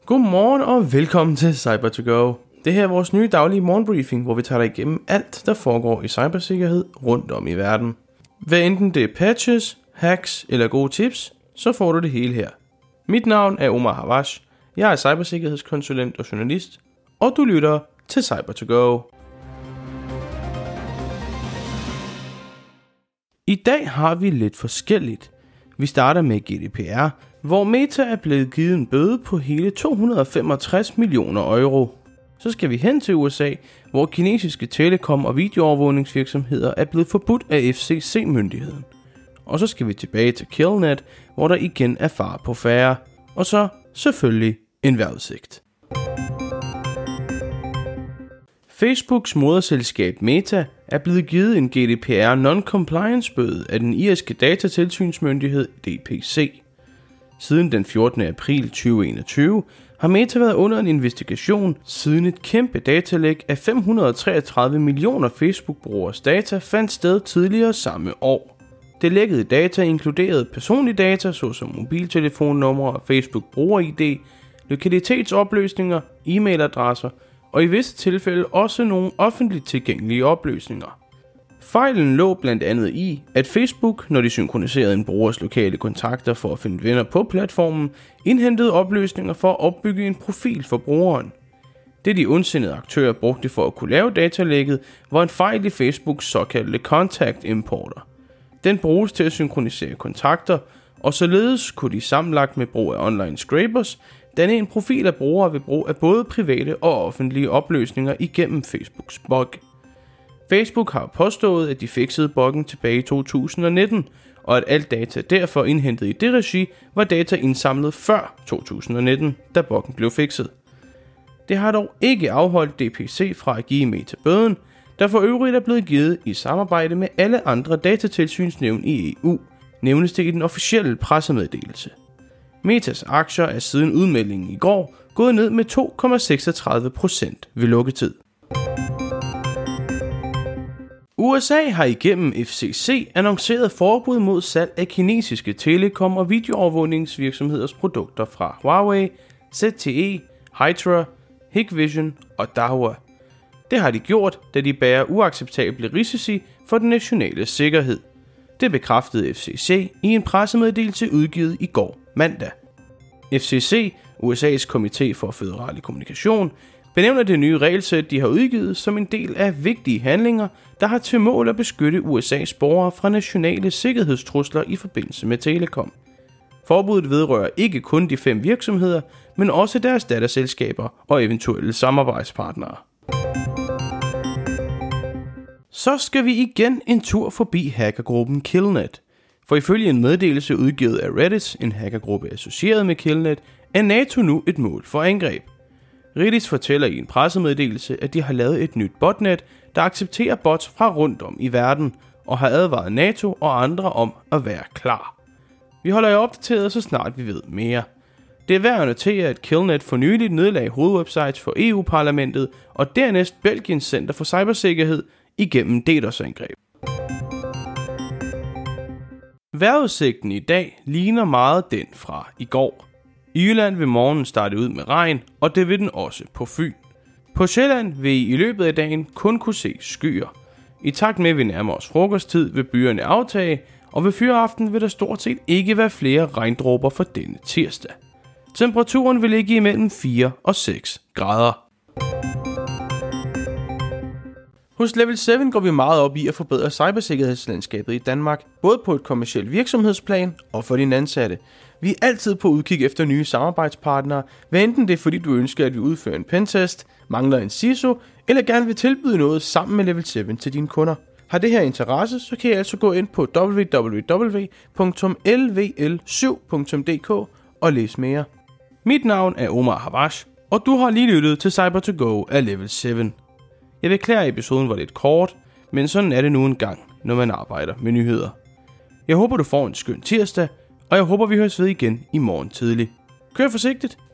Godmorgen og velkommen til Cyber2Go. Det her er vores nye daglige morgenbriefing, hvor vi tager dig igennem alt, der foregår i cybersikkerhed rundt om i verden. Hvad enten det er patches, hacks eller gode tips, så får du det hele her. Mit navn er Omar Havash. Jeg er cybersikkerhedskonsulent og journalist, og du lytter til Cyber2Go. I dag har vi lidt forskelligt. Vi starter med GDPR, hvor Meta er blevet givet en bøde på hele 265 millioner euro. Så skal vi hen til USA, hvor kinesiske telekom- og videoovervågningsvirksomheder er blevet forbudt af FCC-myndigheden. Og så skal vi tilbage til Killnet, hvor der igen er fare på færre. Og så selvfølgelig en vejrudsigt. Facebooks moderselskab Meta er blevet givet en GDPR non-compliance bøde af den irske datatilsynsmyndighed DPC. Siden den 14. april 2021 har Meta været under en investigation, siden et kæmpe datalæk af 533 millioner Facebook-brugeres data fandt sted tidligere samme år. Det lækkede data inkluderede personlige data såsom mobiltelefonnumre, Facebook-bruger-ID, lokalitetsopløsninger, e-mailadresser og i visse tilfælde også nogle offentligt tilgængelige oplysninger. Fejlen lå blandt andet i, at Facebook, når de synkroniserede en brugers lokale kontakter for at finde venner på platformen, indhentede oplysninger for at opbygge en profil for brugeren. Det de ondsindede aktører brugte for at kunne lave datalækket, var en fejl i Facebooks såkaldte contact importer. Den bruges til at synkronisere kontakter, og således kunne de sammenlagt med brug af online scrapers danne en profil af brugere ved brug af både private og offentlige oplysninger igennem Facebooks bug. Facebook har påstået, at de fikset buggen tilbage i 2019, og at alt data derfor indhentet i det regi var data indsamlet før 2019, da buggen blev fikset. Det har dog ikke afholdt DPC fra at give Meta bøden, der for øvrigt er blevet givet i samarbejde med alle andre datatilsynsnævn i EU, nævnes det i den officielle pressemeddelelse. Metas aktier er siden udmeldingen i går gået ned med 2,36% ved lukketid. USA har igennem FCC annonceret forbud mod salg af kinesiske telekom- og videoovervågningsvirksomheders produkter fra Huawei, ZTE, Hitra, Hikvision og Dahua. Det har de gjort, da de bærer uacceptable risici for den nationale sikkerhed. Det bekræftede FCC i en pressemeddelelse udgivet i går mandag. FCC, USA's Komité for Føderal Kommunikation, benævner det nye regelsæt, de har udgivet, som en del af vigtige handlinger, der har til mål at beskytte USA's borgere fra nationale sikkerhedstrusler i forbindelse med telekom. Forbuddet vedrører ikke kun de 5 virksomheder, men også deres datterselskaber og eventuelle samarbejdspartnere. Så skal vi igen en tur forbi hackergruppen Killnet. For ifølge en meddelelse udgivet af Reddit, en hackergruppe associeret med Killnet, er NATO nu et mål for angreb. Reddit fortæller i en pressemeddelelse, at de har lavet et nyt botnet, der accepterer bots fra rundt om i verden, og har advaret NATO og andre om at være klar. Vi holder jer opdateret, så snart vi ved mere. Det er værd at notere, at Killnet for nyligt nedlagde hovedwebsites for EU-parlamentet og dernæst Belgiens Center for Cybersikkerhed igennem DDoS-angreb. Vejrudsigten i dag ligner meget den fra i går. I Jylland vil morgenen starte ud med regn, og det vil den også på Fyn. På Sjælland vil I løbet af dagen kun kunne se skyer. I takt med, at vi nærmer os frokosttid, vil byerne aftage, og ved fyraften vil der stort set ikke være flere regndråber for denne tirsdag. Temperaturen vil ligge imellem 4 og 6 grader. Hos Level 7 går vi meget op i at forbedre cybersikkerhedslandskabet i Danmark, både på et kommercielt virksomhedsplan og for dine ansatte. Vi er altid på udkig efter nye samarbejdspartnere, hvad enten det er fordi du ønsker, at vi udfører en pentest, mangler en CISO, eller gerne vil tilbyde noget sammen med Level 7 til dine kunder. Har det her interesse, så kan I altså gå ind på www.lvl7.dk og læse mere. Mit navn er Omar Havash, og du har lige lyttet til Cyber2Go af Level 7. Jeg beklager, at episoden var lidt kort, men sådan er det nu en gang, når man arbejder med nyheder. Jeg håber, du får en skøn tirsdag, og jeg håber, vi høres ved igen i morgen tidlig. Kør forsigtigt!